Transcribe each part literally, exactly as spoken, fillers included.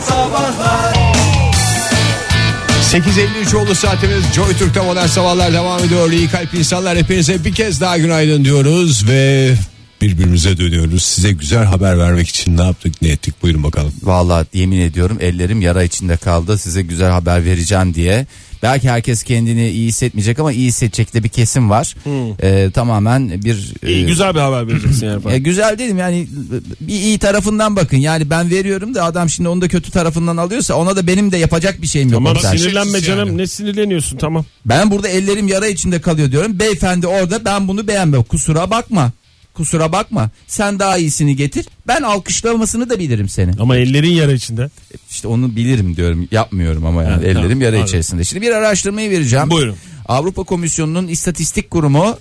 Sabahlar. sekiz elli üç oldu saatimiz. Joy Türk'te modern sabahlar devam ediyor. İyi kalp insanlar, hepinize bir kez daha günaydın diyoruz ve birbirimize dönüyoruz. Size güzel haber vermek için ne yaptık, ne ettik, buyurun bakalım. Vallahi yemin ediyorum ellerim yara içinde kaldı size güzel haber vereceğim diye. Belki herkes kendini iyi hissetmeyecek ama iyi hissedecek de bir kesim var. Hmm. Ee, tamamen bir iyi, e, güzel bir haber vereceksin yani. Ya güzel dedim yani, bir iyi tarafından bakın. Yani ben veriyorum da adam şimdi onu da kötü tarafından alıyorsa ona da benim de yapacak bir şeyim yok. Tamam, sinirlenme canım yani. Ne sinirleniyorsun, tamam. Ben burada ellerim yara içinde kalıyor diyorum. Beyefendi orada ben bunu beğenmiyorum. Kusura bakma. Kusura bakma. Sen daha iyisini getir. Ben alkışlamasını da bilirim senin. Ama ellerin yara içinde. İşte onu bilirim diyorum. Yapmıyorum ama yani. Evet, ellerim tamam, yara abi. içerisinde. Şimdi bir araştırmayı vereceğim. Buyurun. Avrupa Komisyonu'nun istatistik kurumu.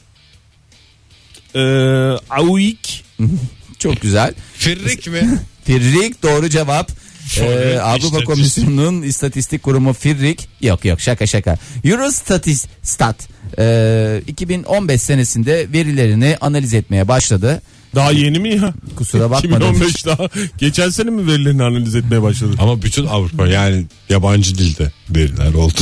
Ee, Auvik. Çok güzel. Firrik mi? Firrik doğru cevap. Ee, Avrupa Komisyonu'nun istatistik kurumu Firrik. Yok yok şaka şaka. Eurostat e, iki bin on beş senesinde verilerini analiz etmeye başladı. Daha yeni mi ya? Kusura bakma. iki bin on beş daha. Geçen sene mi verilerini analiz etmeye başladı? Ama bütün Avrupa, yani yabancı dilde veriler oldu.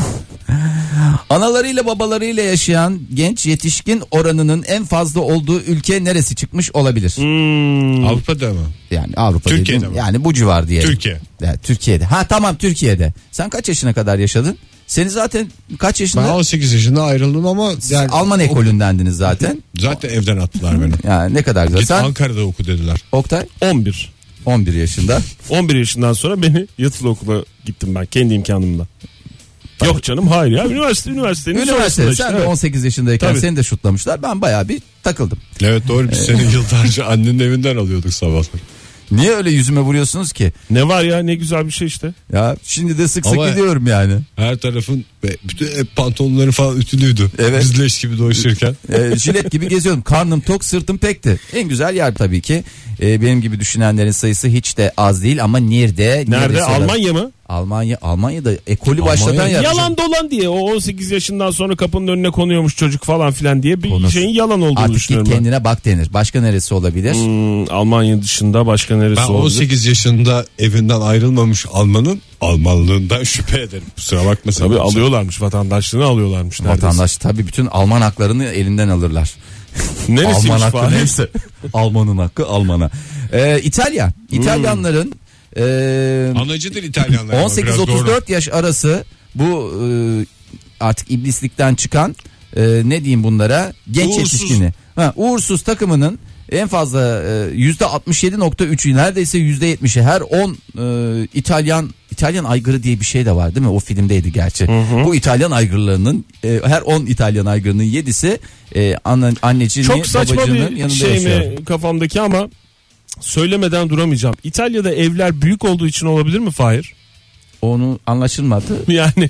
Analarıyla babalarıyla yaşayan genç yetişkin oranının en fazla olduğu ülke neresi çıkmış olabilir? Hmm. Avrupa'da mı? Yani Avrupa Türkiye'de dedim, mi? yani bu civar diyelim. Türkiye. Yani Türkiye'de. Ha tamam, Türkiye'de. Sen kaç yaşına kadar yaşadın? Seni zaten kaç yaşında? Ben on sekiz yaşında ayrıldım ama yani Alman ekolündendiniz zaten. Zaten evden attılar beni. Yani ne kadar güzel. Git Sen Ankara'da oku dediler. Oktay? on bir. on bir yaşında. on bir yaşından sonra beni yatılı okula gittim ben kendi imkanımla. Yok canım, hayır ya, üniversite üniversitenin Üniversite sen işte, de evet. on sekiz yaşındayken Tabii. seni de şutlamışlar. Ben bayağı bir takıldım. Evet doğru, biz seni yıllarca annenin evinden alıyorduk sabahlar. Niye öyle yüzüme vuruyorsunuz ki? Ne var ya, ne güzel bir şey işte. Ya şimdi de sık sık Ama gidiyorum yani. Her tarafın ve bütün hep pantolonları falan ütülüydü. Evet. Biz leş gibi dolaşırken. e, jilet gibi geziyordum. Karnım tok, sırtım pekti. En güzel yer tabii ki. E, benim gibi düşünenlerin sayısı hiç de az değil ama nerede? Nerede? Almanya mı? Almanya. Almanya'da ekolü Almanya, başlatan yer. Yalan dolan diye o on sekiz yaşından sonra kapının önüne konuyormuş çocuk falan filan diye bir Konusu. şeyin yalan olduğunu Artık düşünüyorum git ben. kendine bak denir. Başka neresi olabilir? Hmm, Almanya dışında başka neresi Ben olabilir? on sekiz yaşında evinden ayrılmamış Almanın Almanlığından şüphe ederim. Kusura bakma. Tabii alıyorlarmış, vatandaşlığını alıyorlarmış neredeyse. Vatandaş tabii bütün Alman haklarını elinden alırlar. Neresiymiş Alman hakkı falan? neyse. Almanın hakkı Alman'a. Ee, İtalya. İtalyanların e, Anacıdır İtalyanlar. on sekiz otuz dört yaş arası bu e, artık iblislikten çıkan e, ne diyeyim bunlara, genç Uğursuz. yetişkini. Ha, uğursuz takımının en fazla yüzde altmış yedi nokta üçü, neredeyse yüzde yetmişi her on e, İtalyan İtalyan aygırı diye bir şey de var değil mi? O filmdeydi gerçi. Hı hı. Bu İtalyan aygırlarının e, her on İtalyan aygırının yedisi e, anne, annecinin, çok saçma babacının bir yanında şey yaşıyor. mi kafamdaki ama söylemeden duramayacağım. İtalya'da evler büyük olduğu için olabilir mi Fahir? Onu anlaşılmadı. Yani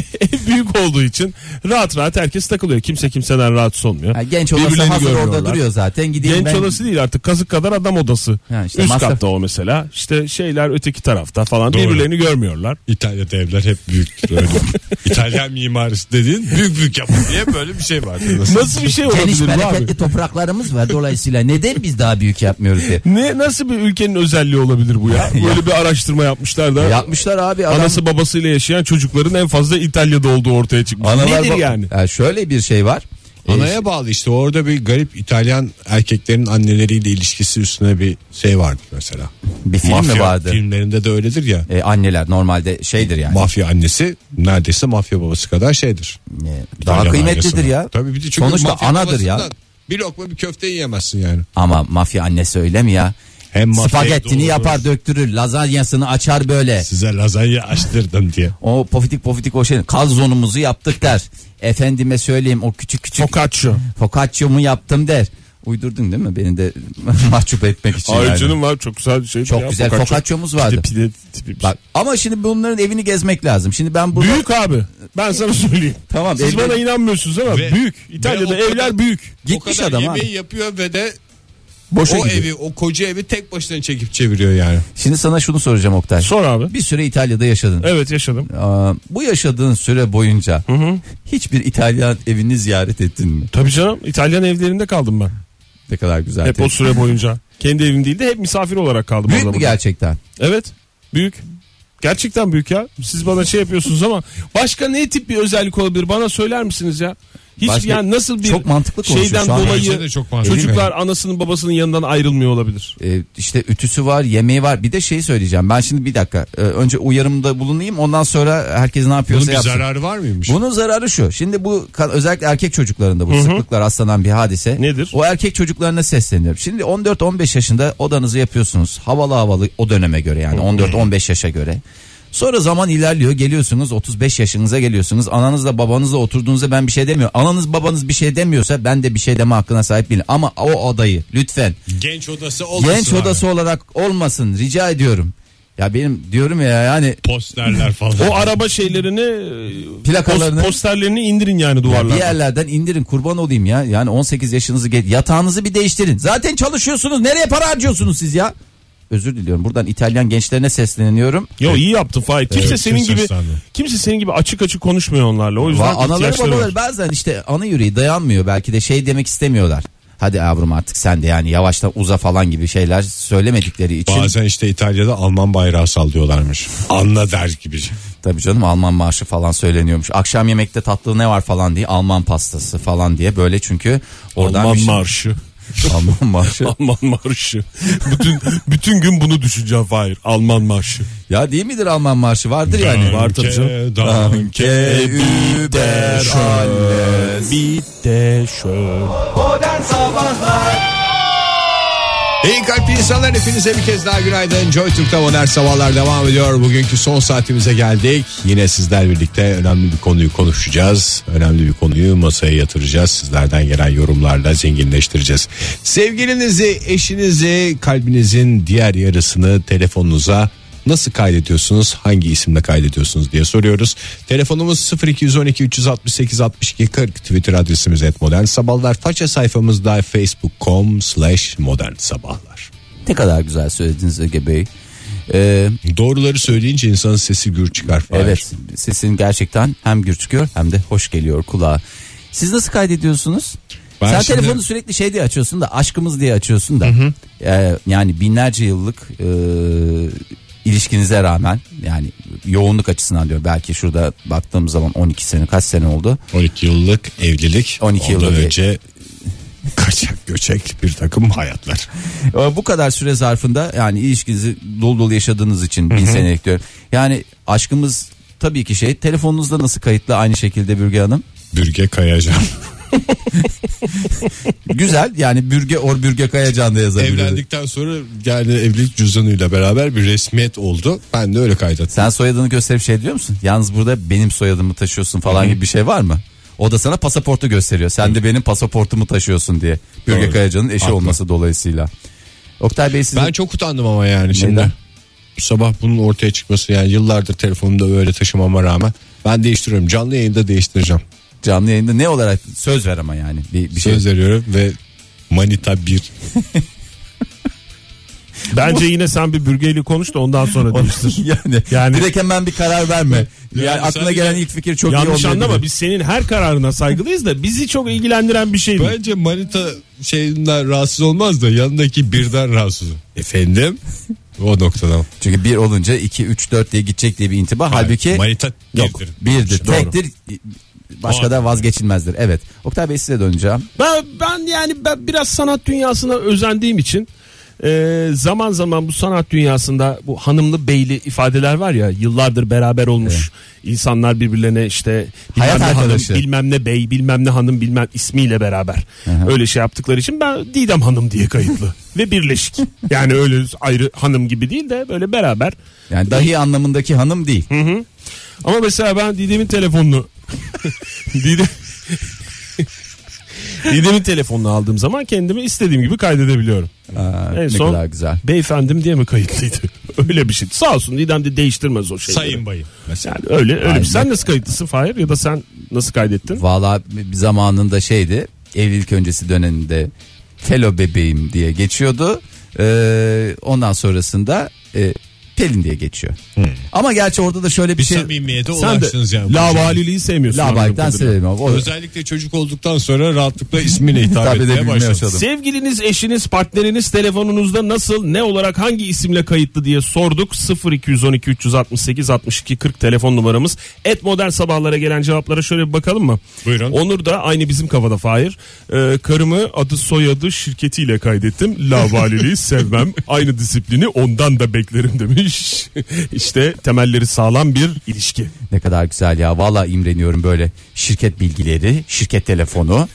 ev büyük olduğu için rahat rahat herkes takılıyor. Kimse kimseden rahatsız olmuyor. Ha, genç odası Birbirlerini hazır orada görmüyorlar. duruyor zaten. Gideyim Genç ben... odası değil artık, kazık kadar adam odası. Ha, işte Üst masraf... katta o mesela. İşte şeyler öteki tarafta falan. Doğru. Birbirlerini görmüyorlar. İtalya'da evler hep büyüktür öyle. İtalyan mimarisi dediğin büyük büyük yapı diye böyle bir şey var. Nasıl, Nasıl bir şey Geniş olabilir bu abi? bereketli topraklarımız var, dolayısıyla neden biz daha büyük yapmıyoruz diye. Ne, nasıl bir ülkenin özelliği olabilir bu ya? Böyle bir araştırma yapmışlar da. Yapmışlar abi. Adam... Anası babasıyla yaşayan çocukların en fazla İtalya'da olduğu ortaya çıkmış. Analar Nedir ba- yani? yani? Şöyle bir şey var. Anaya bağlı işte, orada bir garip İtalyan erkeklerin anneleriyle ilişkisi üstüne bir şey vardır mesela. Bir film mafya mi vardı? filmlerinde de öyledir ya. Ee, anneler normalde şeydir yani. Mafya annesi neredeyse mafya babası kadar şeydir. Ee, daha İtalyan kıymetlidir ailesi. ya. Tabii bir de çünkü Sonuçta mafya anadır ya. babasından bir lokma bir köfte yiyemezsin yani. Ama mafya annesi öyle mi ya? Hem spagettini yapar döktürür, lazanyasını açar böyle. Size lazanya açtırdım diye. O pofitik pofitik o şey, kalzonumuzu yaptık der. Efendime söyleyeyim o küçük küçük Focaccia. Focaccia'mı yaptım der. Uydurdun değil mi? Beni de mahcup etmek için. Hayır yani. canım, var çok güzel bir şey. Çok ya, güzel focaccia. focaccia'mız vardı. Pide, pide tipi bir şey. Bak, ama şimdi bunların evini gezmek lazım. Şimdi ben burada... Büyük abi. Ben sana söyleyeyim. Tamam. Siz evde... bana inanmıyorsunuz ama Ve- büyük. İtalya'da ve o evler kadar- büyük. Gitmiş o kadar adam yemeği abi. yapıyor ve de Boşa o gidiyor. evi, o koca evi tek başına çekip çeviriyor yani. Şimdi sana şunu soracağım Oktay. Sor abi. Bir süre İtalya'da yaşadın. Evet, yaşadım. Aa, bu yaşadığın süre boyunca Hı hı. hiçbir İtalyan evini ziyaret ettin mi? Tabii canım, İtalyan evlerinde kaldım ben. Ne kadar güzel. Hep o süre boyunca. Kendi evim değil de hep misafir olarak kaldım. Büyük orada mü burada. gerçekten? Evet, büyük. Gerçekten büyük ya. Siz bana şey yapıyorsunuz ama başka ne tip bir özellik olabilir? Bana söyler misiniz ya? Hiç Başka, yani nasıl bir çok mantıklı şeyden şu an. dolayı çok mantıklı. çocuklar anasının babasının yanından ayrılmıyor olabilir? Ee, işte ütüsü var, yemeği var. Bir de şey söyleyeceğim. Ben şimdi bir dakika. Ee, önce uyarımda bulunayım. Ondan sonra herkes ne yapıyorsa Bunun bir yapsın. zararı var mıymış? Bunun zararı şu. Şimdi bu özellikle erkek çocuklarında bu Hı-hı. sıklıkla rastlanan bir hadise. Nedir? O erkek çocuklarına sesleniyorum. Şimdi on dört on beş yaşında odanızı yapıyorsunuz. Havalı havalı o döneme göre yani on dört on beş yaşa göre. Sonra zaman ilerliyor, geliyorsunuz otuz beş yaşınıza geliyorsunuz. Ananızla babanızla oturduğunuzda ben bir şey demiyorum. Ananız babanız bir şey demiyorsa ben de bir şey deme hakkına sahip değilim. Ama o odayı lütfen Genç odası olmasın. genç odası olarak olmasın, rica ediyorum. Ya benim diyorum ya yani posterler falan. O araba şeylerini, plakalarını, posterlerini indirin yani duvarlardan. Bir yerlerden indirin, kurban olayım ya. Yani on sekiz yaşınızı geç, yatağınızı bir değiştirin. Zaten çalışıyorsunuz, nereye para harcıyorsunuz siz ya? Özür diliyorum. Buradan İtalyan gençlerine sesleniyorum. Yo iyi yaptın Fahir. Kimse Evet, senin gibi seslendi. kimse senin gibi açık açık konuşmuyor onlarla. O yüzden Va- anaları ihtiyaçları babaları var. bazen işte ana yüreği dayanmıyor. Belki de şey demek istemiyorlar. Hadi yavrum artık sen de yani yavaştan uza falan gibi şeyler söylemedikleri için. Bazen işte İtalya'da Alman bayrağı sallıyorlarmış. Anla der gibi. Tabii canım, Alman marşı falan söyleniyormuş. Akşam yemekte tatlı ne var falan diye, Alman pastası falan diye böyle, çünkü oradan Alman bir şey... marşı. Alman marşı. Alman marşı. bütün bütün gün bunu düşüneceğim Fahir. Alman marşı. Ya değil midir Alman marşı? Vardır yani. Var tabii canım. Danke über alles. Bitte schön. Modern Sabahlar. İyi kalpli insanlar, hepinize bir kez daha günaydın. Joy Türk'te modern sabahlar devam ediyor. Bugünkü son saatimize geldik. Yine sizler birlikte önemli bir konuyu konuşacağız. Önemli bir konuyu masaya yatıracağız. Sizlerden gelen yorumlarla zenginleştireceğiz. Sevgilinizi, eşinizi, kalbinizin diğer yarısını telefonunuza nasıl kaydediyorsunuz? Hangi isimle kaydediyorsunuz diye soruyoruz. Telefonumuz sıfır iki on iki üç altı sekiz altmış iki kırk. Twitter adresimiz et modern sabahlar. Faça sayfamızda facebook nokta com slash modern sabahlar. Ne kadar güzel söylediniz Ege Bey. Ee, Doğruları söyleyince insanın sesi gür çıkar. Fahir. evet, sesin gerçekten hem gür çıkıyor hem de hoş geliyor kulağa. Siz nasıl kaydediyorsunuz? Ben Sen şimdi... telefonu sürekli şey diye açıyorsun da, aşkımız diye açıyorsun da. Hı hı. Ee, yani binlerce yıllık e, ilişkinize rağmen, yani yoğunluk açısından diyor, belki şurada baktığımız zaman on iki sene, kaç sene oldu? on iki yıllık evlilik. on iki Ondan yıllık önce kaçak göçek bir takım hayatlar. Bu kadar süre zarfında yani ilişkinizi dolu dolu yaşadığınız için bin senelik diyor. Yani aşkımız tabii ki şey, telefonunuzda nasıl kayıtlı aynı şekilde Bürge Hanım? Bürge Kayacan. Güzel, yani Bürge Or Bürge Kayacan da yazabiliriz. Evlendikten sonra yani evlilik cüzdanıyla beraber bir resmiyet oldu. Ben de öyle kaydetim. Sen soyadını gösterip şey diyor musun? Yalnız burada benim soyadımı taşıyorsun falan Hı-hı. gibi bir şey var mı? O da sana pasaportu gösteriyor. Sen de benim pasaportumu taşıyorsun diye. Bürge Doğru. Kayacan'ın eşi Haklı. olması dolayısıyla. Oktay Bey size... Ben çok utandım ama yani şimdi. Neden? Bu sabah bunun ortaya çıkması, yani yıllardır telefonumda öyle taşımama rağmen ben değiştiriyorum. Canlı yayında değiştireceğim. Canlı yayında ne olarak söz ver ama yani. Bir, bir söz şey... veriyorum ve manita bir. Bence yine sen bir bürgeyle konuş da ondan sonra değiştir. yani, yani direkt hemen bir karar verme. Yani, yani aklına gelen ilk fikir çok iyi olmuyor. Yanlış anlama, biz senin her kararına saygılıyız da bizi çok ilgilendiren bir şey mi? Bence manita şeyinden rahatsız olmaz da yanındaki birden rahatsız. Efendim? O noktadan. Çünkü bir olunca iki üç dört diye gidecek diye bir intiba. Hayır, halbuki manita yok, birdir. birdir, Doğru. tektir. Başka da vazgeçilmezdir. Evet. Oktay Bey size döneceğim. Ben, ben yani ben biraz sanat dünyasına özendiğim için e, zaman zaman bu sanat dünyasında bu hanımlı beyli ifadeler var ya, yıllardır beraber olmuş evet. insanlar birbirlerine işte hayat arkadaşı, hanım, bilmem ne bey, bilmem ne hanım, bilmem ismiyle beraber Hı-hı. öyle şey yaptıkları için ben Didem Hanım diye kayıtlı ve birleşik. Yani öyle ayrı hanım gibi değil de böyle beraber. Yani dahi anlamındaki hanım değil. Hı hı. Ama mesela ben Didem'in telefonunu Didem Didem'in telefonunu aldığım zaman kendimi istediğim gibi kaydedebiliyorum. Aa, en ne son kadar güzel. Beyefendim diye mi kayıtlıydı? Öyle bir şey. Sağ olsun Didem de değiştirmez o şeyleri. Sayın bayım mesela. Yani öyle öyle. Bir. Sen nasıl kayıtlısın Fahir, ya da sen nasıl kaydettin? Valla bir zamanında şeydi, evlilik öncesi döneminde Felo bebeğim diye geçiyordu. Ee, ondan sonrasında e, Pelin diye geçiyor. Hmm. Ama gerçi orada da şöyle bir, bir şey. samimiyete Sen ulaştınız de yani. lavaliliği sevmiyorsun. Lavaliden sevmiyorum. O... Özellikle çocuk olduktan sonra rahatlıkla ismine hitap Tabii de etmeye bilmeye başladım. başladım. Sevgiliniz, eşiniz, partneriniz telefonunuzda nasıl, ne olarak, hangi isimle kayıtlı diye sorduk. sıfır iki on iki üç altı sekiz altmış iki kırk telefon numaramız. Et modern sabahlara gelen cevaplara şöyle bir bakalım mı? Buyurun. Onur da aynı bizim kafada Fahir. Ee, karımı adı soyadı şirketiyle kaydettim. Lavaliliği sevmem. Aynı disiplini ondan da beklerim demiş. İşte temelleri sağlam bir ilişki. Ne kadar güzel ya. Vallahi imreniyorum böyle şirket bilgileri, şirket telefonu.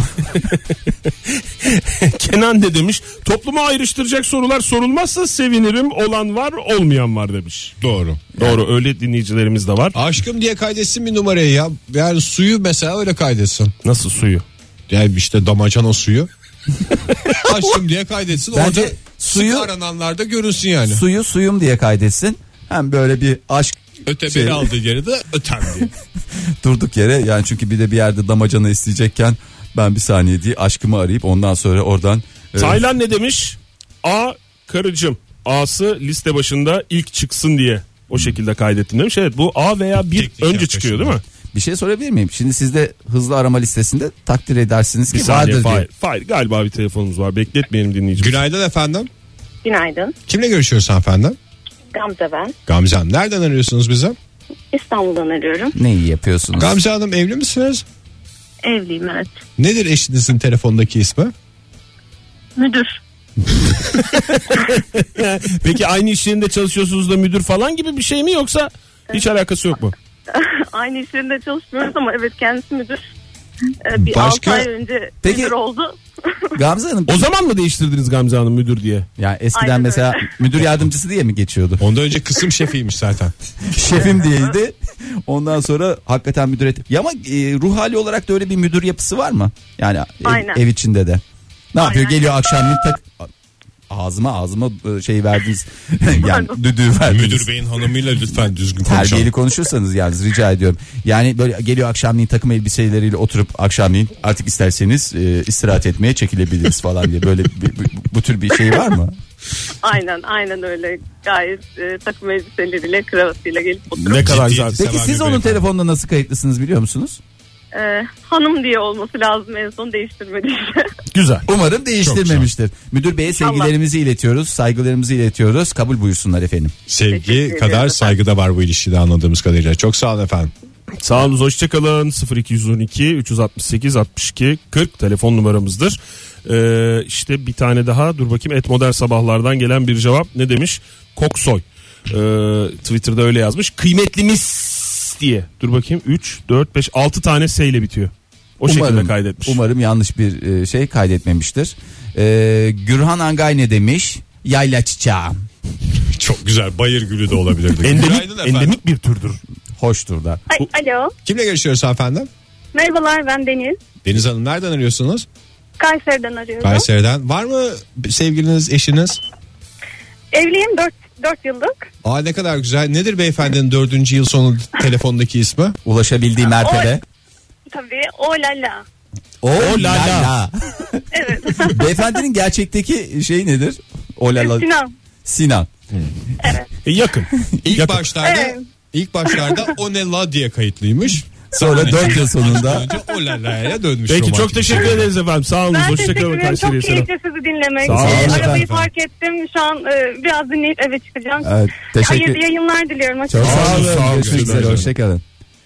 Kenan de demiş, toplumu ayrıştıracak sorular sorulmazsa sevinirim, olan var olmayan var demiş. Doğru. Doğru, öyle dinleyicilerimiz de var. Aşkım diye kaydetsin bir numarayı ya. Yani suyu mesela öyle kaydetsin. Nasıl suyu? Yani işte damacana suyu. Aşkım diye kaydetsin. Bence Orada suyu- suyu arananlarda görünsün yani. Suyu suyum diye kaydetsin. Hem böyle bir aşk Öte şey- beni aldığı yere de ötem diye. durduk yere yani, çünkü bir de bir yerde damacana isteyecekken ben bir saniye diye aşkımı arayıp ondan sonra oradan e, Taylan ne demiş? A karıcım. A'sı liste başında ilk çıksın diye o şekilde kaydettim demiş. Evet, bu A veya bir Teknik önce yaklaşım çıkıyor değil mi? bir şey sorabilir miyim? Şimdi siz de hızlı arama listesinde takdir edersiniz Bir ki saniye vardır diye. Fahir. Fahir, galiba bir telefonumuz var. Bekletmeyelim dinleyicimizi. Günaydın efendim. Günaydın. Kimle görüşüyoruz efendim? Gamze ben. Gamze Hanım. Nereden arıyorsunuz bize? İstanbul'dan arıyorum. Ne iyi yapıyorsunuz? Gamze Hanım evli misiniz? Evliyim, evet. Nedir eşinizin telefondaki ismi? Müdür. Peki aynı iş yerinde çalışıyorsunuz da müdür falan gibi bir şey mi, yoksa hiç alakası yok mu? Aynı iş yerinde çalışmıyoruz ama evet, kendisi müdür. Ee, bir Başka- altı ay önce Peki- müdür oldu. Gamze Hanım, O zaman mı değiştirdiniz Gamze Hanım müdür diye? yani eskiden Aynen mesela öyle. müdür yardımcısı diye mi geçiyordu? Ondan önce kısım şefiymiş zaten. Şefim diyeydi. Ondan sonra hakikaten müdür et. Ya ama e, ruh hali olarak da öyle bir müdür yapısı var mı? Yani ev, Aynen. ev içinde de. Ne yapıyor? Aynen. Geliyor akşamleyin tak ağzıma ağzıma e, şey verdiniz. Yani düdüğü verdiniz. Müdür beyin hanımıyla lütfen düzgün konuşalım. Terbiyeli konuşursanız yani, rica ediyorum. Yani böyle geliyor akşamleyin takım elbiseleriyle oturup akşamleyin artık isterseniz e, istirahat etmeye çekilebiliriz falan diye, böyle bir- bu, bu tür bir şey var mı? Aynen aynen öyle. Gayet e, takım elbiseleriyle, kravatıyla gelip oturup. Ne kadar Ciddi- güzel. Peki Sever siz bir onun beyefendi. telefonunda nasıl kayıtlısınız biliyor musunuz? E, hanım diye olması lazım, en son değiştirmediyse. Güzel. Umarım değiştirmemiştir. Müdür Bey'e sevgilerimizi iletiyoruz, saygılarımızı iletiyoruz. Kabul buyursunlar efendim. Sevgi Teşekkür kadar ediyorum. saygı da var bu ilişkide anladığımız kadarıyla. Çok sağ olun efendim. Sağ olun, hoşçakalın. sıfır iki on iki üç altı sekiz altmış iki kırk telefon numaramızdır. Ee, işte bir tane daha, dur bakayım, Et Modern Sabahlardan gelen bir cevap. Ne demiş? Koksoy. Ee, Twitter'da öyle yazmış. Kıymetlimiz diye. Dur bakayım, üç, dört, beş, altı tane S ile bitiyor. O şekilde kaydetmiş. Umarım yanlış bir e, şey kaydetmemiştir. Ee, Gürhan Angay ne demiş? Yayla çiçeğim. Çok güzel, bayır gülü de olabilirdi. Endemik, Günaydın efendim. endemik bir türdür. Hoştur da. Ay, alo. Kimle görüşüyoruz efendim? Merhabalar, ben Deniz. Deniz Hanım, nereden arıyorsunuz? Kayseri'den arıyorum. Kayseri'den. Var mı sevgiliniz, eşiniz? Evliyim, dört yıllık. Aa, ne kadar güzel. Nedir beyefendinin dördüncü yıl sonu telefondaki ismi? Ulaşabildiği mertebe. Tabii, o lala. O la la. Evet. Beyefendinin gerçekteki şey nedir? O la la. Sinan. Sinan. E, yakın. İlk Yakın. başlarda Evet. ilk başlarda o ne la diye kayıtlıymış. Sonra dört yıl sonunda. Önce o la la'ya dönmüş. Peki, çok romantik teşekkür bir şey. ederiz efendim. Sağ olun. Ben teşekkür Hoşçakalın. ederim. Çok Kayseri'ye selam. keyifli sizi dinlemek. Sağ olun Ee, efendim. arabayı park ettim. Şu an e, biraz dinleyip eve çıkacağım. Evet, teşekkür. Hayırlı yayınlar diliyorum. Çok Hoşçakalın. sağ olun. Sağ olun. Görüşmek üzere. Görüşmek Hoşçakalın.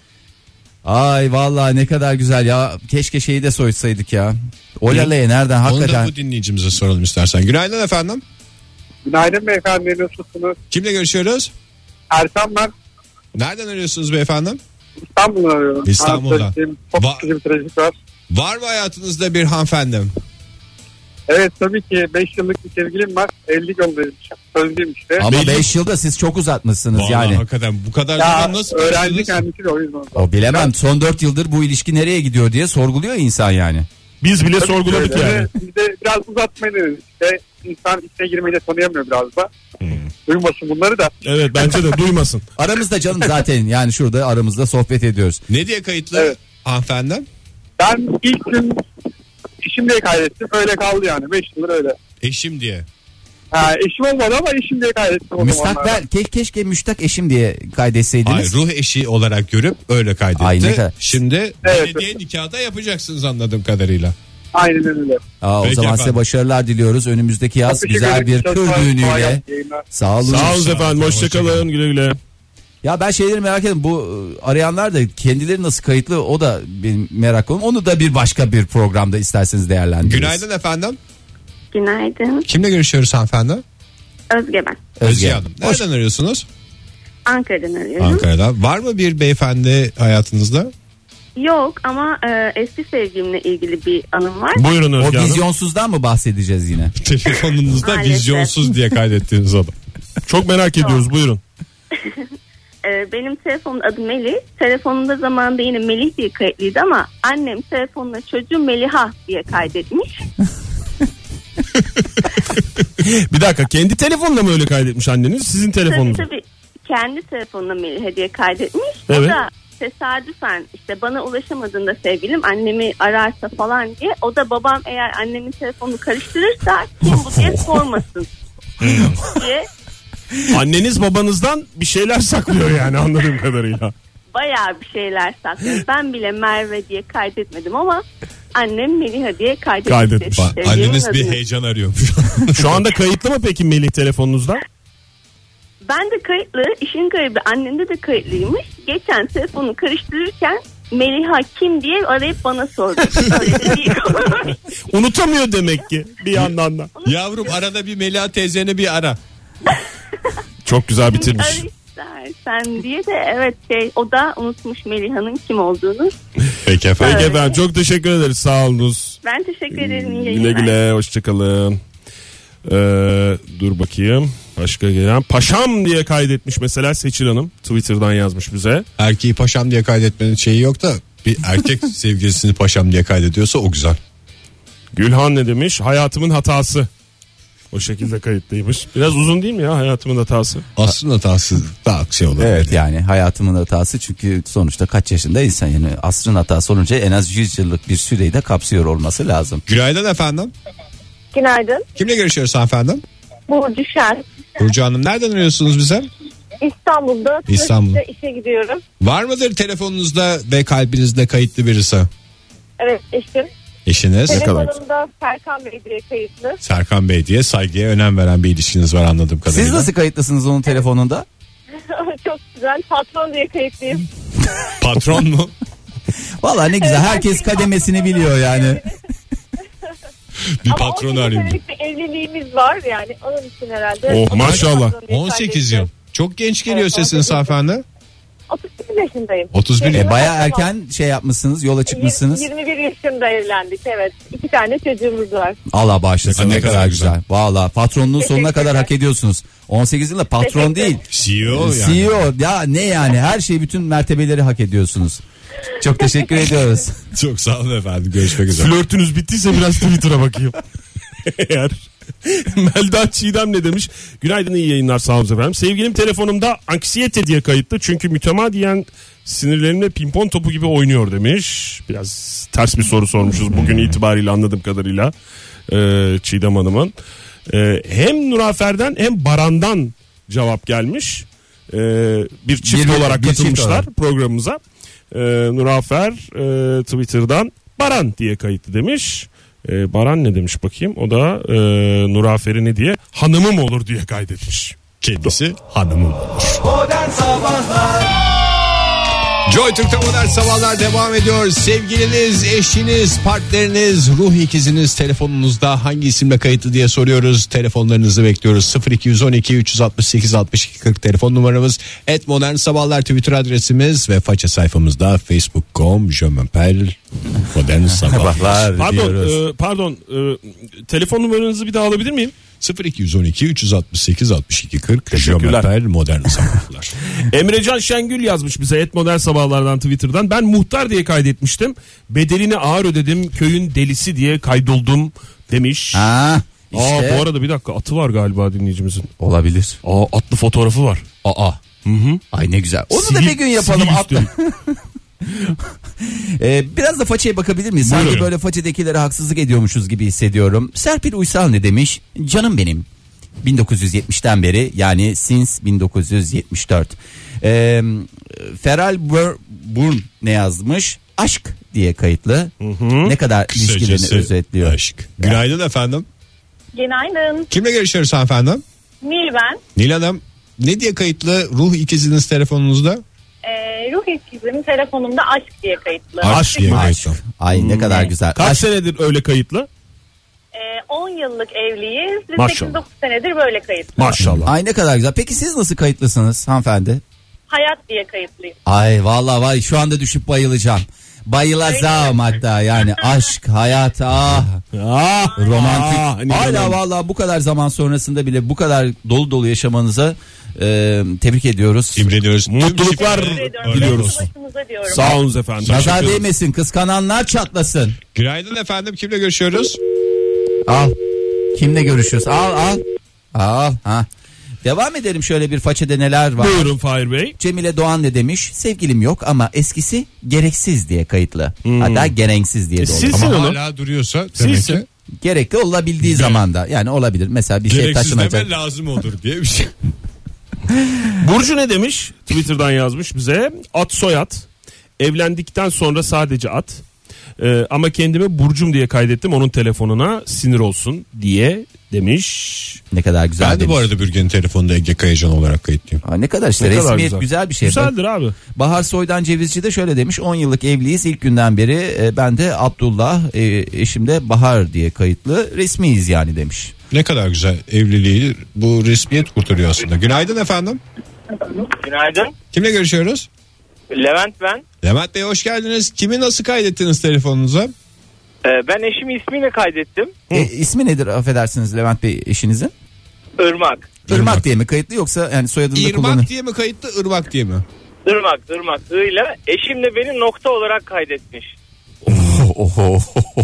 Ay vallahi ne kadar güzel ya. Keşke şeyi de soysaydık ya. O lala'ya nereden Onu da hakikaten. bu dinleyicimize soralım istersen. Günaydın efendim. Günaydın beyefendi, nasılsınız? Kimle görüşüyoruz? Erkan ben, Nereden arıyorsunuz beyefendi? İstanbul'dan arıyorum. İstanbul'dan. Trafiğim, Çok Va- sıkıcı bir trafik var. Var mı hayatınızda bir hanımefendi? Evet, tabii ki beş yıllık bir sevgilim var. evlilik yolundayım. Sözlüyüm işte. Ama beş yılda siz çok uzatmışsınız Vallahi yani. hakikaten bu kadar Ya zaman nasıl öğrenci kaçırdınız? kendisi de o yüzden. O bilemem, son dört yıldır bu ilişki nereye gidiyor diye sorguluyor insan yani. Biz bile Tabii sorguladık ki öyle. yani. Biz de biraz uzatmayı denedik. İşte insan içine girmeyi de tanıyamıyor biraz da. Hmm. Duymasın bunları da. Evet, bence de duymasın. Aramızda canım zaten yani şurada aramızda sohbet ediyoruz. Ne diye kayıtlı Evet. hanımefendi? Ben ilk gün eşim diye kaydettim. Öyle kaldı yani. beş yıldır öyle. Eşim diye. Ha, eşim olmadı ama eşim diye kaydettim o zamanlarda. Müstakbel ke- keşke müştak eşim diye kaydetseydiniz. Hayır, ruh eşi olarak görüp öyle kaydetti. Ay, ne kadar- Şimdi Evet. belediye nikahı da yapacaksınız anladığım kadarıyla. Aynen öyle. Aa, o Peki zaman efendim. size başarılar diliyoruz. Önümüzdeki yaz Teşekkür güzel ederim. bir Çok kır sağ olun. düğünüyle. Kolay gelsin. Sağ olun. Sağ olun efendim. Hoşçakalın. Hoşçakalın. Güle güle. Ya ben şeyleri merak ediyorum. Bu e, arayanlar da kendileri nasıl kayıtlı, o da benim merakım. Onu da bir başka bir programda isterseniz değerlendiririz. Günaydın efendim. Günaydın. Kimle görüşüyoruz hanımefendi? Özge ben. Özge Hanım. Nereden arıyorsunuz? Ankara'dan arıyorum. Ankara'dan. Var mı bir beyefendi hayatınızda? Yok ama e, eski sevgilimle ilgili bir anım var. Buyurun O Özge Hanım. vizyonsuzdan mı bahsedeceğiz yine? Telefonunuzda Maalesef. vizyonsuz diye kaydettiğiniz adam. Çok merak ediyoruz. Buyurun. E, benim telefonun adı Melih. Telefonumda zamanında yine Melih diye kayıtlıydı ama annem telefonuna çocuğu Meliha diye kaydetmiş. Bir dakika, kendi telefonla mı öyle kaydetmiş anneniz? Sizin Tabii telefonunuz. tabii kendi telefonuna Melih diye kaydetmiş. Evet. O da tesadüfen işte bana ulaşamadığında sevgilim annemi ararsa falan diye, o da babam eğer annemin telefonunu karıştırırsa kim bu diye sormasın diye Anneniz babanızdan bir şeyler saklıyor yani anladığım kadarıyla. bayağı bir şeyler saklıyor. Ben bile Merve diye kaydetmedim ama annem Meliha diye kaydetmiş. Kaydetmiş. Ba- Sevgilimin Anneniz bir adını. heyecan arıyormuş. Şu anda kayıtlı mı peki Melih telefonunuzda? Ben de kayıtlı, işin garibi annemde de kayıtlıymış. Geçen telefonu karıştırırken Meliha kim diye arayıp bana sordu. Öyle de değil. Unutamıyor demek ki bir yandan da. Yavrum arada bir Melia teyzeni bir ara. Çok güzel bitirmiş. Arayışlar sen diye de evet şey, o da unutmuş Meliha'nın kim olduğunu. Peki efendim. Peki Evet. efendim, çok teşekkür ederiz, sağ olunuz. Ben teşekkür ederim. iyi Güle yayınlar. güle, hoşçakalın. Ee, dur bakayım. Başka gelen. Paşam diye kaydetmiş mesela Seçil Hanım. Twitter'dan yazmış bize. Erkeği paşam diye kaydetmenin şeyi yok da bir erkek sevgilisini paşam diye kaydediyorsa o güzel. Gülhan ne demiş? Hayatımın hatası. O şekilde kayıtlıymış. Biraz uzun değil mi ya hayatımın hatası? Aslında hatası daha şey olur. Evet, yani hayatımın hatası, çünkü sonuçta kaç yaşında insan, yani asrın hatası olunca en az yüz yıllık bir süreyi de kapsıyor olması lazım. Günaydın efendim. Günaydın. Kimle görüşüyoruz efendim? Burcu Şen. Burcu Hanım, nereden arıyorsunuz bize? İstanbul'da İstanbul. trafikte işe gidiyorum. Var mıdır telefonunuzda ve kalbinizde kayıtlı birisi? Evet, eşim. Eşiniz? Telefonumda Serkan Bey diye kayıtlı. Serkan Bey diye saygıya önem veren bir ilişkiniz var anladığım kadarıyla. Siz nasıl kayıtlısınız onun telefonunda? Çok güzel. Patron diye kayıtlıyım. Patron mu? Vallahi ne güzel, herkes kademesini biliyor yani. Bir Ama patron on sekiz arayayım. senelik bir evliliğimiz var yani onun için herhalde. Oh, maşallah. Patron diye on sekiz kaydettim. yıl. Çok genç geliyor Evet, sesiniz on sekiz yıl. hanımefendi. otuz bir yaşındayım. otuz bir. Şey, E, Baya Tamam. erken şey yapmışsınız, yola çıkmışsınız. yirmi bir yaşında evlendik, evet. İki tane çocuğumuz var. Allah bağışlasın, Ne ne kadar kadar güzel. güzel. Valla patronluğun sonuna Teşekkürler. kadar hak ediyorsunuz. on sekiz yılda patron Teşekkür. değil. C E O yani. C E O ya, ne yani, her şey, bütün mertebeleri hak ediyorsunuz. Çok teşekkür ediyoruz. Çok sağ olun efendim. Görüşmek üzere. Flörtünüz bittiyse biraz Twitter'a bakayım. Eğer Melda Çiğdem ne demiş? Günaydın, iyi yayınlar, sağ olun efendim. Sevgilim telefonumda anksiyete diye kayıtlı çünkü mütemadiyen sinirlerimle pimpon topu gibi oynuyor demiş. Biraz ters bir soru sormuşuz bugün itibariyle anladığım kadarıyla ee, Çiğdem Hanım'ın. Ee, hem Nurafer'den hem Baran'dan cevap gelmiş. Ee, bir çift Bir- olarak bir çift katılmışlar olarak. programımıza. Ee, Nurafer e, Twitter'dan Baran diye kayıtlı demiş. Ee, Baran ne demiş bakayım? O da e, Nurafer'i ne diye? Hanımım olur diye kaydetmiş. Kendisi hanımım olur. Modern Sabahlar Joy Türk'te modern sabahlar devam ediyor. Sevgiliniz, eşiniz, partneriniz, ruh ikiziniz telefonunuzda hangi isimle kayıtlı diye soruyoruz. Telefonlarınızı bekliyoruz. sıfır iki on iki üç altı sekiz altmış iki kırk telefon numaramız. Et modern sabahlar Twitter adresimiz ve faça sayfamızda facebook nokta com je m'appelle modern sabahlar. Pardon, diyoruz. e, pardon. E, telefon numaranızı bir daha alabilir miyim? sıfır iki on iki üç altı sekiz altmış iki kırk je Teşekkürler. m'appelle modern sabahlar. Emrecan Şengül yazmış bize et modern sabahlardan Twitter'dan. Ben muhtar diye kaydetmiştim. Bedelini ağır ödedim. Köyün delisi diye kaydoldum demiş. Ha, işte Aa, bu arada bir dakika, atı var galiba dinleyicimizin. olabilir. Aa, atlı fotoğrafı var. Aa. Hı hı. Ay ne güzel. Onu da Sivil- bir gün yapalım. sivil Atla. üstelik. Ee, biraz da façaya bakabilir miyiz? Sanki Buyurun. böyle façadakilere haksızlık ediyormuşuz gibi hissediyorum. Serpil Uysal ne demiş? Canım benim. bin dokuz yüz yetmişten beri, yani since bin dokuz yüz yetmiş dört. Ee, Feral Burn ne yazmış? Aşk diye kayıtlı. Hı hı. Ne kadar ilişkilerini Kısacası özetliyor. Aşk. Günaydın efendim. Günaydın. Kimle görüşüyoruz hanımefendi? Nil ben. Nil Hanım, ne diye kayıtlı ruh ikiziniz telefonunuzda? Ee, ruh ikizim telefonumda aşk diye kayıtlı. Aşk diye Aşk. kayıtlı. Ay ne kadar güzel. Kaç Aşk. senedir öyle kayıtlı? Ee, on yıllık evliyiz ve Maşallah. sekiz dokuz senedir böyle kayıtlı. Maşallah. Ay ne kadar güzel. Peki siz nasıl kayıtlısınız hanımefendi? Hayat diye kayıtlıyım. Ay vallahi var, şu anda düşüp bayılacağım. Bayılacağım hatta, yani aşk, hayat, ah. Ah, Romantik. ah, Nil Hala Hanım. vallahi bu kadar zaman sonrasında bile bu kadar dolu dolu yaşamanıza e, tebrik ediyoruz. İmreniyoruz. Mutluluklar Teşekkür ediyorum. diliyoruz. Darısı başımıza diyorum. Sağ olun efendim. Nazar Teşekkür ederim. değmesin, kıskananlar çatlasın. Günaydın efendim, kimle görüşüyoruz? Al. Kimle görüşüyoruz? Al al. Al. Ha. Devam edelim, şöyle bir façede neler var. Buyurun Fahir Bey. Cemile Doğan ne demiş? Sevgilim yok ama eskisi gereksiz diye kayıtlı. Hmm. Hatta gereksiz diye de olur. Siz- Ama onu. hala duruyorsa demek Silsin. ki Gerekli olabildiği zaman da, yani olabilir. Mesela bir şey gereksiz taşınacak. deme lazım olur diye bir şey. Burcu ne demiş? Twitter'dan yazmış bize. At soyad. Evlendikten sonra sadece at. Ee, ama kendimi Burcum diye kaydettim onun telefonuna, sinir olsun diye demiş. Ne kadar güzel Ben de demiş. bu arada Bürgen'in telefonunda Ege Kayacan olarak kayıtlıyım. Aa, ne kadar işte Ne kadar resmiyet güzel. güzel. bir şey. Güzeldir abi. Bahar Soydan Cevizci de şöyle demiş: on yıllık evliyiz, ilk günden beri e, ben de Abdullah, e, eşim de Bahar diye kayıtlı, resmiyiz yani demiş. Ne kadar güzel evliliği bu resmiyet kurtarıyor aslında. Günaydın efendim. Günaydın. Kimle görüşüyoruz? Levent ben. Levent Bey hoş geldiniz. Kimi nasıl kaydettiniz telefonunuza? Ee, ben eşimi ismiyle kaydettim. E, ismi nedir affedersiniz Levent Bey eşinizin? Irmak. Irmak diye mi kayıtlı, yoksa yani soyadını da İrmak kullanır? diye mi kayıtlı, Irmak diye mi? Irmak, Irmak. I'yla. Eşim de beni nokta olarak kaydetmiş. Oho.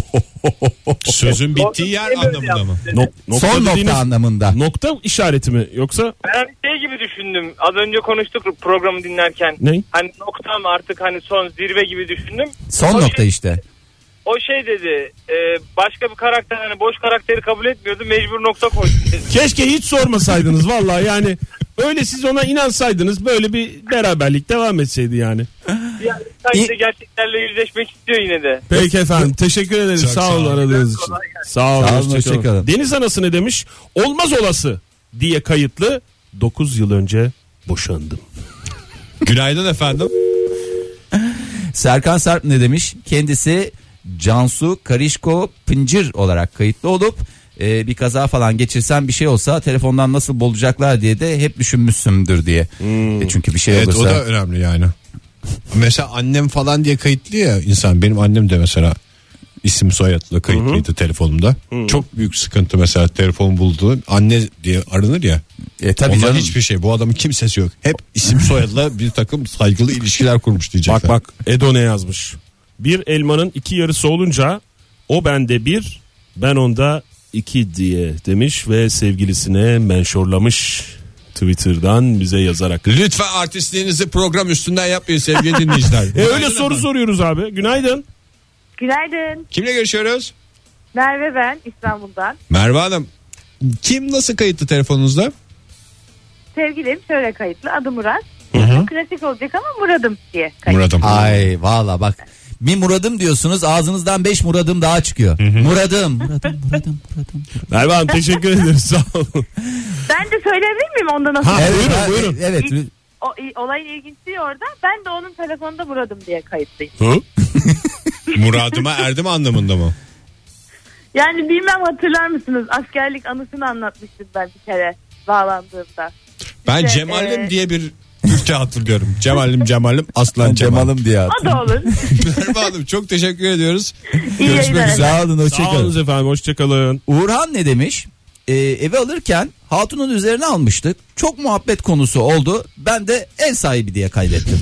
Sözün bittiği yer anlamında mı? Nok- nokta Son nokta dediğiniz- anlamında. Nokta işareti mi yoksa Ben şey gibi düşündüm. Az önce konuştuk programı dinlerken. ne? Hani noktam artık hani son zirve gibi düşündüm. Son O nokta şey- işte. O şey dedi. e, başka bir karakter hani boş karakteri kabul etmiyordu. Mecbur nokta koydu. Keşke hiç sormasaydınız vallahi, yani öyle siz ona inansaydınız, böyle bir beraberlik devam etseydi yani. Yani işte gerçeklerle yüzleşmek istiyor yine de. Peki efendim, teşekkür ederiz. Çok sağ sağ olun olun. aradığınız için. Kolay gelsin. Sağ olun, Sağ olun, hoşça kalın. hoşça kalın. Deniz anası ne demiş? Olmaz olası diye kayıtlı, dokuz yıl önce boşandım. Günaydın efendim. Serkan Sarp ne demiş? Kendisi Cansu Karişko Pıncır olarak kayıtlı olup e, bir kaza falan geçirsem, bir şey olsa telefondan nasıl bulacaklar diye de hep düşünmüşsündür diye. E, çünkü bir şey Evet, olursa. o da önemli yani. Mesela annem falan diye kayıtlı ya insan. Benim annem de mesela isim soyadla kayıtlıydı telefonumda. Çok büyük sıkıntı mesela, telefon buldu. Anne diye aranır ya. E, tabii Ondan canım. hiçbir şey. Bu adamın kimsesi yok. Hep isim soyadla bir takım saygılı ilişkiler kurmuş diyecekler. Bak bak, Edo ne yazmış? Bir elmanın iki yarısı olunca o bende bir, ben onda iki diye demiş ve sevgilisine menşorlamış Twitter'dan bize yazarak. Lütfen artistliğinizi program üstünden yapmayın sevgili dinleyiciler. E öyle soru soruyoruz abi. Günaydın. Günaydın. Kimle görüşüyoruz? Merve ben İstanbul'dan. Merve Hanım. Kim nasıl kayıtlı telefonunuzda? Sevgilim şöyle kayıtlı. Adı Murat. Çok klasik olacak ama Murat'ım diye kayıtlı. Murat'ım. Ay valla bak, bir muradım diyorsunuz, ağzınızdan beş muradım daha çıkıyor. Muradım, muradım, muradım, muradım. Merve Hanım teşekkür ederiz, sağ olun. Ben de söyleyebilir miyim onda nasıl? Ha, buyurun, ha, buyurun. Evet. O, olayın ilginçliği orada. Ben de onun telefonunda Murat'ım diye kayıtlıyım. Hı? Muradıma erdim anlamında mı? Yani bilmem hatırlar mısınız? Askerlik anısını anlatmıştım ben bir kere bağlandığımda. Ben İşte, Cemal'im e, diye bir ülke hatırlıyorum. Cemal'im Cemal'im Aslan Ben Cemal. Cemal'ım diye. O da olur. Merve Hanım çok teşekkür ediyoruz. İyi Görüşmek yayınlar. üzere. Sağ olun, Sağ hoşçakalın. olun efendim, hoşçakalın. Uğurhan ne demiş? Ee, eve alırken hatunun üzerine almıştık. Çok muhabbet konusu oldu. Ben de ev sahibi diye kaydettim.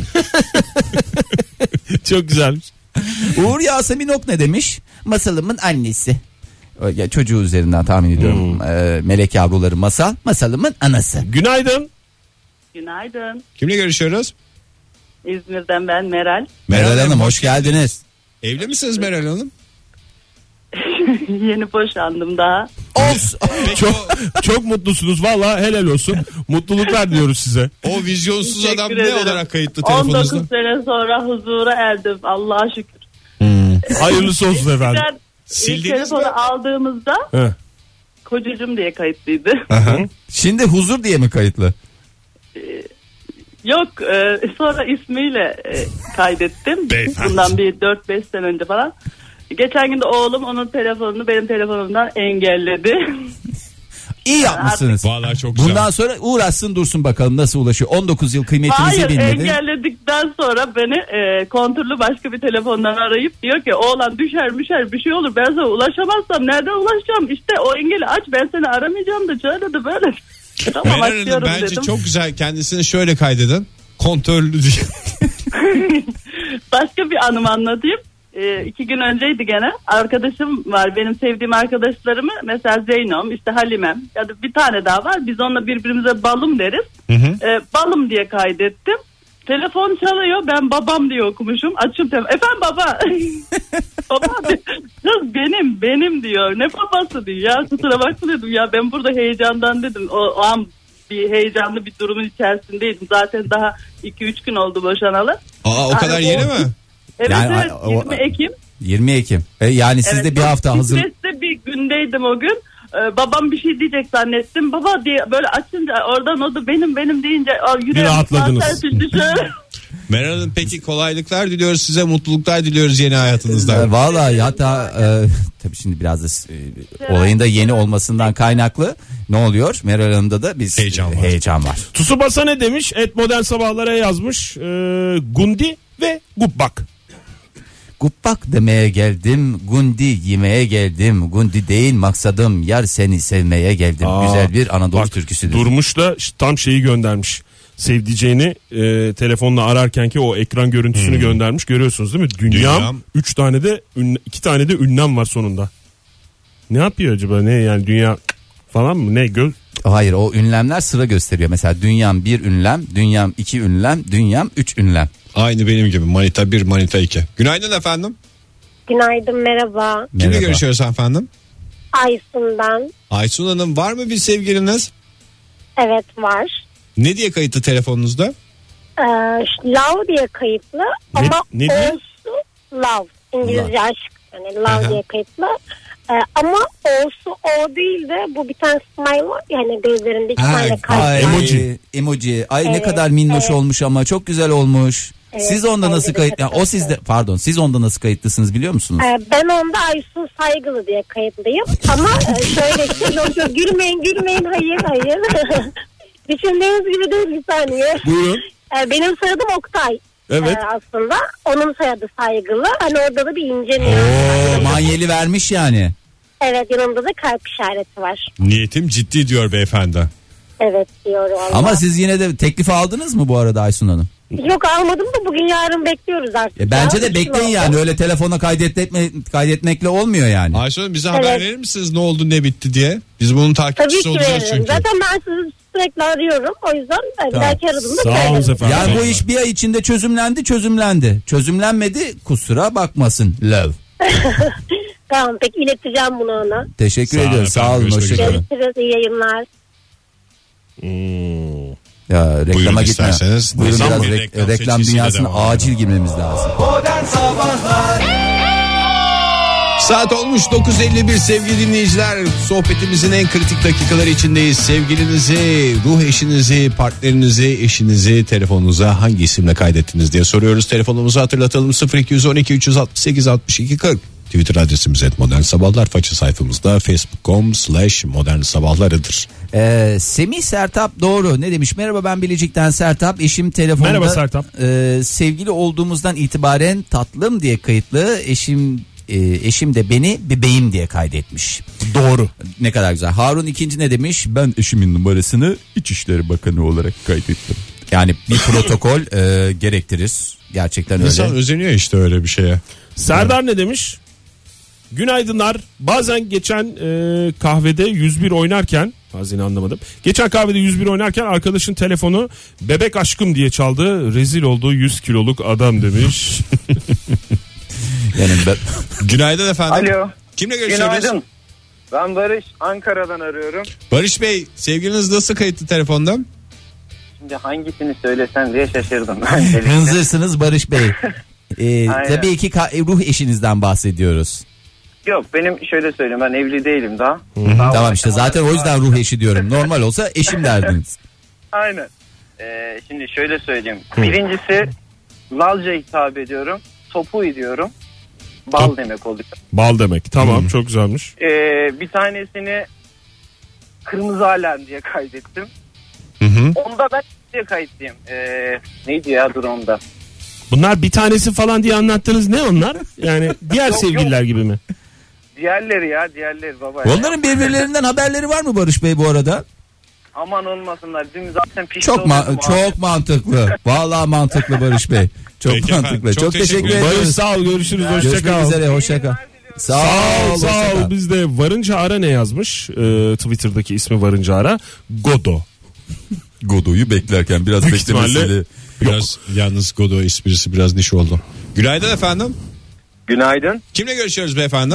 Çok güzelmiş. Uğur Yasemin Ok ne demiş? Masalımın annesi. Ya, çocuğu üzerinden tahmin ediyorum. Ee, melek yavruları masal. Masalımın anası. Günaydın. Günaydın. Kimle görüşüyoruz? İzmir'den ben Meral. Meral Hanım hoş geldiniz. Evli misiniz Meral Hanım? Yeni boşandım daha. Olsun. Çok çok mutlusunuz valla, helal olsun. Mutluluklar diyoruz size. O vizyonsuz Teşekkür adam ne ederim. olarak kayıtlı on dokuz telefonunuzda? sene sonra huzura erdim Allah'a şükür. Hayırlısı olsun efendim. Ben ilk Sildiniz telefonu mi? aldığımızda Heh. kocacığım diye kayıtlıydı. Şimdi huzur diye mi kayıtlı? Yok e, sonra ismiyle e, kaydettim. Beyefendi. Bundan bir dört beş sene önce falan. Geçen gün de oğlum onun telefonunu benim telefonumdan engelledi. İyi yapmışsınız. Vallahi çok güzel. Bundan sonra uğraşsın dursun bakalım nasıl ulaşıyor. on dokuz yıl kıymetinizi Hayır, bilmedi. engelledikten sonra beni e, kontrollü başka bir telefondan arayıp diyor ki oğlan düşer müşer bir şey olur, ben sana ulaşamazsam nereden ulaşacağım, işte o engeli aç, ben seni aramayacağım da şöyle de böyle. Tamam, Meral Hanım açıyorum bence dedim. çok güzel, kendisini şöyle kaydedin. Kontrollü diye. Başka bir anımı anlatayım. Ee, iki gün önceydi gene. Arkadaşım var, benim sevdiğim arkadaşlarımı, mesela Zeynom, işte Halimem ya da bir tane daha var. Biz onunla birbirimize balım deriz. Ee, balım diye kaydettim. Telefon çalıyor, ben babam diye okumuşum. Açıp telefon, efendim baba. Baba diyor. Kız benim benim diyor. Ne babası diyor ya, kusura bakma dedim ya, ben burada heyecandan dedim. O, o an bir heyecanlı bir durumun içerisindeydim. Zaten daha iki üç gün oldu boşanalı. Aa, o Yani kadar o- yeni mi? Evet Yani evet, o- yirmi Ekim. yirmi Ekim. E, yani siz Evet, de bir hafta çok hazır. stresli bir gündeydim o gün. Ee, babam bir şey diyecek zannettim. Baba diye böyle açınca oradan o da benim benim deyince o yüreğim rahatladınız. serpildi şöyle. Meral Hanım peki kolaylıklar diliyoruz size, mutluluklar diliyoruz yeni hayatınızda. E, Vallahi hatta e, tabii şimdi biraz da e, olayın da yeni olmasından kaynaklı ne oluyor? Meral Hanım'da da biz Heyecan var. heyecan var. Tsubasa ne demiş? Et modern sabahlara yazmış. Ee, Gundi ve Gubbak. Guppak demeye geldim, gundi yemeye geldim. Gundi değil maksadım, yar seni sevmeye geldim. Aa, Güzel bir Anadolu bak, türküsüdür. Durmuş da tam şeyi göndermiş. Sevdiceğini e, telefonla ararkenki o ekran görüntüsünü Hmm. göndermiş. Görüyorsunuz değil mi? Dünyam, Dünyam. üç tane de ün, iki tane de ünlem var sonunda. Ne yapıyor acaba? Ne yani, dünya falan mı? Ne göz? Hayır, o ünlemler sıra gösteriyor. Mesela dünyam bir ünlem, dünyam iki ünlem, dünyam üç ünlem. Aynı benim gibi, manita bir manita iki. Günaydın efendim. Günaydın, merhaba. Kimle Merhaba. görüşüyoruz efendim? Aysun ben. Aysun Hanım, var mı bir sevgiliniz? Evet, var. Ne diye kayıtlı telefonunuzda? Ee, Love diye kayıtlı ama ne diye? Olsu Love. İngilizce aşk. Yani Love Aha. diye kayıtlı. Ee, ama Olsu o değil de bu bir tane smile var. Yani gözlerinde iki Ha, tane kalp Ay, var. Emoji. Emoji. Ay ne Evet, kadar minnoş evet. olmuş ama çok güzel olmuş. Evet, siz onda bence nasıl de kayıt? çok Yani o sizde, pardon, siz onda nasıl kayıtlısınız biliyor musunuz? Ee, ben onda Aysun Saygılı diye kayıtlıyım. Ama e, şöyle şey yok, yok, gülmeyin gülmeyin, hayır hayır. Düşündüğünüz gibi değil, bir saniye. Buyurun. Ee, benim soyadım Oktay. Evet. Ee, aslında onun soyadı Saygılı. Hani orada da bir ince mi? Oo, manyeli vermiş yani. Evet, yanımda da kalp işareti var. Niyetim ciddi diyor beyefendi. Evet diyor valla. Ama siz yine de teklifi aldınız mı bu arada Aysun Hanım? Yok, almadım da bugün yarın bekliyoruz artık. E, bence Ya, de bir bekleyin şey yani, oldu. öyle telefona kaydetme, kaydetmekle olmuyor yani. Aysun Hanım, bize haber Evet. verir misiniz ne oldu ne bitti diye? Biz bunun Tabii takipçisi ki olacağız veririm. çünkü. Zaten ben sizi sürekli arıyorum. O yüzden Tamam. belki aradığımda Sağ olun kaydederim. efendim. Yani bu iş bir ay içinde çözümlendi çözümlendi. Çözümlenmedi, kusura bakmasın. Love. Tamam, peki, ileteceğim bunu ona. Teşekkür Sağ olun ediyoruz. efendim, Sağ olun. görüşmek Hoşçakalın. üzere. Görüşürüz, iyi yayınlar. Hmm. Ya reklama Buyurun gitme. isterseniz. Buyurun, Nizam biraz bir rek- reklam reklam, seçkisiyle dünyasına devam acil girmemiz lazım. Modern Sabahlar Saat olmuş dokuz elli bir sevgili dinleyiciler. Sohbetimizin en kritik dakikaları içindeyiz. Sevgilinizi, ruh eşinizi, partnerinizi, eşinizi telefonunuza hangi isimle kaydettiniz diye soruyoruz. Telefonumuzu hatırlatalım: sıfır iki on iki üç altı sekiz altmış iki kırk. Twitter adresimiz et modern sabahlar. Faça sayfamızda facebook nokta com slash modern sabahlarıdır. Ee, Semih Sertap doğru ne demiş? Merhaba, ben Bilecik'ten Sertap. Eşim telefonda Merhaba Sertap. e, sevgili olduğumuzdan itibaren tatlım diye kayıtlı. Eşim e, eşim de beni bebeğim diye kaydetmiş. Doğru. Ne kadar güzel. Harun ikinci ne demiş? Ben eşimin numarasını İçişleri Bakanı olarak kaydettim. Yani bir protokol e, gerektirir. Gerçekten öyle. İnsan özeniyor işte öyle bir şeye. Serdar ne demiş? Günaydınlar. Bazen geçen e, kahvede yüz bir oynarken, bazen anlamadım. Geçen kahvede yüz bir oynarken arkadaşın telefonu bebek aşkım diye çaldı. Rezil olduğu yüz kiloluk adam demiş. Yani ben... Günaydın efendim. Alo. Kimle görüşüyoruz? Günaydın. Ben Barış, Ankara'dan arıyorum. Barış Bey, sevgiliniz nasıl kayıtlı telefonda? Şimdi hangisini söylesen diye şaşırdım. Hınzırsınız Barış Bey. Ee, Aynen. tabii ki ka- ruh eşinizden bahsediyoruz. Yok, benim şöyle söyleyeyim, ben evli değilim daha. Daha tamam işte zaten o yüzden ruh eşi diyorum. Normal olsa eşim derdiniz. Aynen. Ee, şimdi şöyle söyleyeyim. Birincisi Lalca hitap ediyorum. Topu diyorum. Bal Top. demek oluyor. Bal demek. Tamam hmm. çok güzelmiş. Ee, bir tanesini Kırmızı Halen diye kaydettim. Hı hı. Onda ben diye kayıtlıyım. Ee, neydi ya dur onda. Bunlar bir tanesi falan diye anlattınız, ne onlar? Yani diğer yok, sevgililer yok. gibi mi? Diğerleri ya diğerleri baba. Onların ya. Birbirlerinden haberleri var mı Barış Bey bu arada? Aman olmasınlar. Dün zaten pişti çok ma- çok mantıklı. Vallahi mantıklı Barış Bey. Çok Peki mantıklı. efendim, Çok, çok teşekkür, teşekkür ederiz. Barış sağ ol, görüşürüz. Hoşça Görüşmek kal. üzere, hoşça kal. Sağ, Sağ ol, sağ sağ ol. Biz de Varınca Ara ne yazmış? Ee, Twitter'daki ismi Varınca Ara. Godo. Godo'yu beklerken biraz Büyük beklemesiyle. ihtimalle- Biraz yalnız Godo esprisi biraz niş oldu. Günaydın efendim. Günaydın. Kimle görüşüyoruz beyefendi?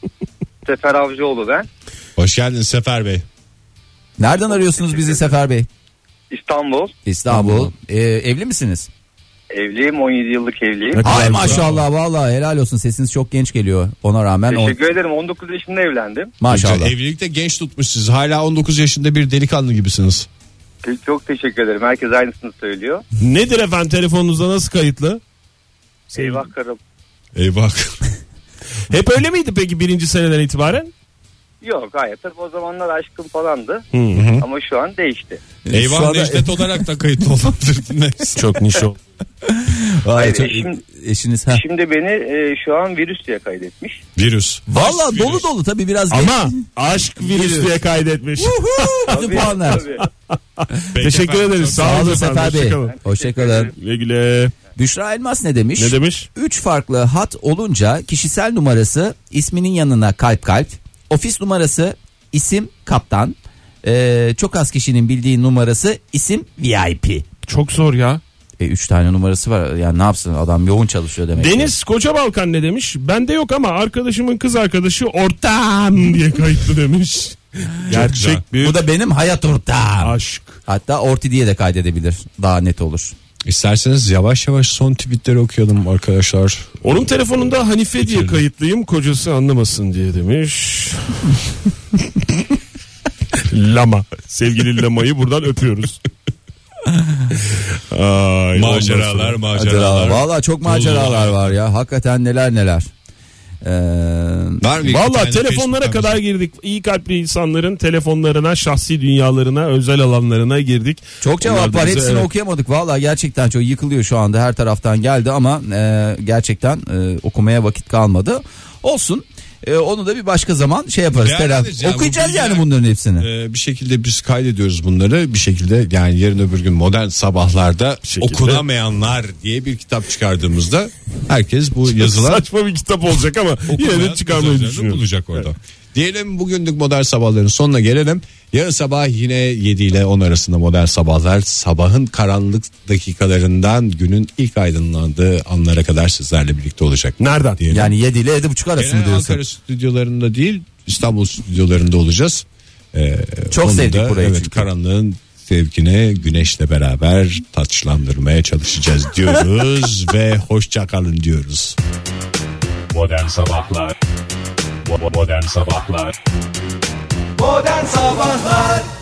Sefer Avcıoğlu ben. Hoş geldiniz Sefer Bey. Nereden arıyorsunuz bizi Sefer Bey? İstanbul. İstanbul. Ee, evli misiniz? Evliyim, on yedi yıllık evliyim. Ne kadar Ay güzel. maşallah, vallahi helal olsun, sesiniz çok genç geliyor ona rağmen. on... Teşekkür ederim. on dokuz yaşında evlendim. Maşallah. Evlilikte genç tutmuş siz. Hala on dokuz yaşında bir delikanlı gibisiniz. Çok teşekkür ederim. Herkes aynısını söylüyor. Nedir efendim, telefonunuzda nasıl kayıtlı? Eyvah karım. Eyvah. Hep öyle miydi peki birinci seneden itibaren? Yok hayır. Tabii o zamanlar aşkım falandı. Hı hı. Ama şu an değişti. Eyvah Şu anda- Necdet olarak da kayıtlı olabilir. Neyse. Çok niş oldu. Vay, Hayır, çok- eşim- eşiniz ha. Şimdi beni e, şu an virüs diye kaydetmiş. Virüs. Vallahi Aşk dolu virüs. dolu tabii biraz. Ama aşk virüs diye kaydetmiş. Bütün puanlar. Tabii. Peki Teşekkür efendim, ederiz. çok Sağ Sağ olun olun efendim. Sefer Bey. Hoşçakalın. Hoşçakalın. Güle güle. Büşra Elmas ne demiş? Ne demiş? Üç farklı hat olunca kişisel numarası isminin yanına kalp kalp, ofis numarası isim kaptan, ee, çok az kişinin bildiği numarası isim V I P. Çok zor ya. E, üç tane numarası var, yani ne yapsın adam, yoğun çalışıyor demek. Deniz Kocabalkan ne demiş? Bende yok ama arkadaşımın kız arkadaşı ortağım diye kayıtlı demiş. Gerçek güzel. bir Bu da benim hayat ortağım. aşk. Hatta orti diye de kaydedebilir, daha net olur. İsterseniz yavaş yavaş son tweetleri okuyalım arkadaşlar. Onun telefonunda Hanife diye kayıtlıyım, kocası anlamasın diye demiş. Lama. Sevgili Lama'yı buradan öpüyoruz. Ay, Maceralar, ondan sonra- maceralar. Vallahi çok maceralar var ya, hakikaten neler neler. Ee, Var mı bir Valla tane telefonlara Facebook'tan kadar girdik. İyi kalpli insanların telefonlarına, şahsi dünyalarına, özel alanlarına girdik. Çok cevap Onlar da var, bize- hepsini evet. okuyamadık. Vallahi gerçekten çok yıkılıyor şu anda, her taraftan geldi ama e, gerçekten e, okumaya vakit kalmadı. Olsun. E, onu da bir başka zaman şey yaparız. Değerlendiririz Telafi- yani bu Okuyacağız bilgiler- yani bunların hepsini. Ee, bir şekilde biz kaydediyoruz bunları. Bir şekilde yani yarın öbür gün modern sabahlarda şekilde. okunamayanlar diye bir kitap çıkardığımızda herkes bu yazılar Saçma bir kitap olacak ama yine de okumayan çıkarmayı mesajlarını düşünüyorum. bulacak orada. Diyelim bugünlük modern sabahların sonuna gelelim. Yarın sabah yine yedi ile on arasında modern sabahlar, sabahın karanlık dakikalarından günün ilk aydınlandığı anlara kadar sizlerle birlikte olacak. Nereden? Diyelim. Yani yedi ile yedi buçuk arası mı Genel diyorsun? Ankara stüdyolarında değil, İstanbul stüdyolarında olacağız. Ee, Çok onu sevdik da, burayı evet, çünkü. karanlığın zevkine güneşle beraber taçlandırmaya çalışacağız diyoruz ve hoşça kalın diyoruz. Modern Sabahlar Bo- Modern Sabahlar Modern Sabahlar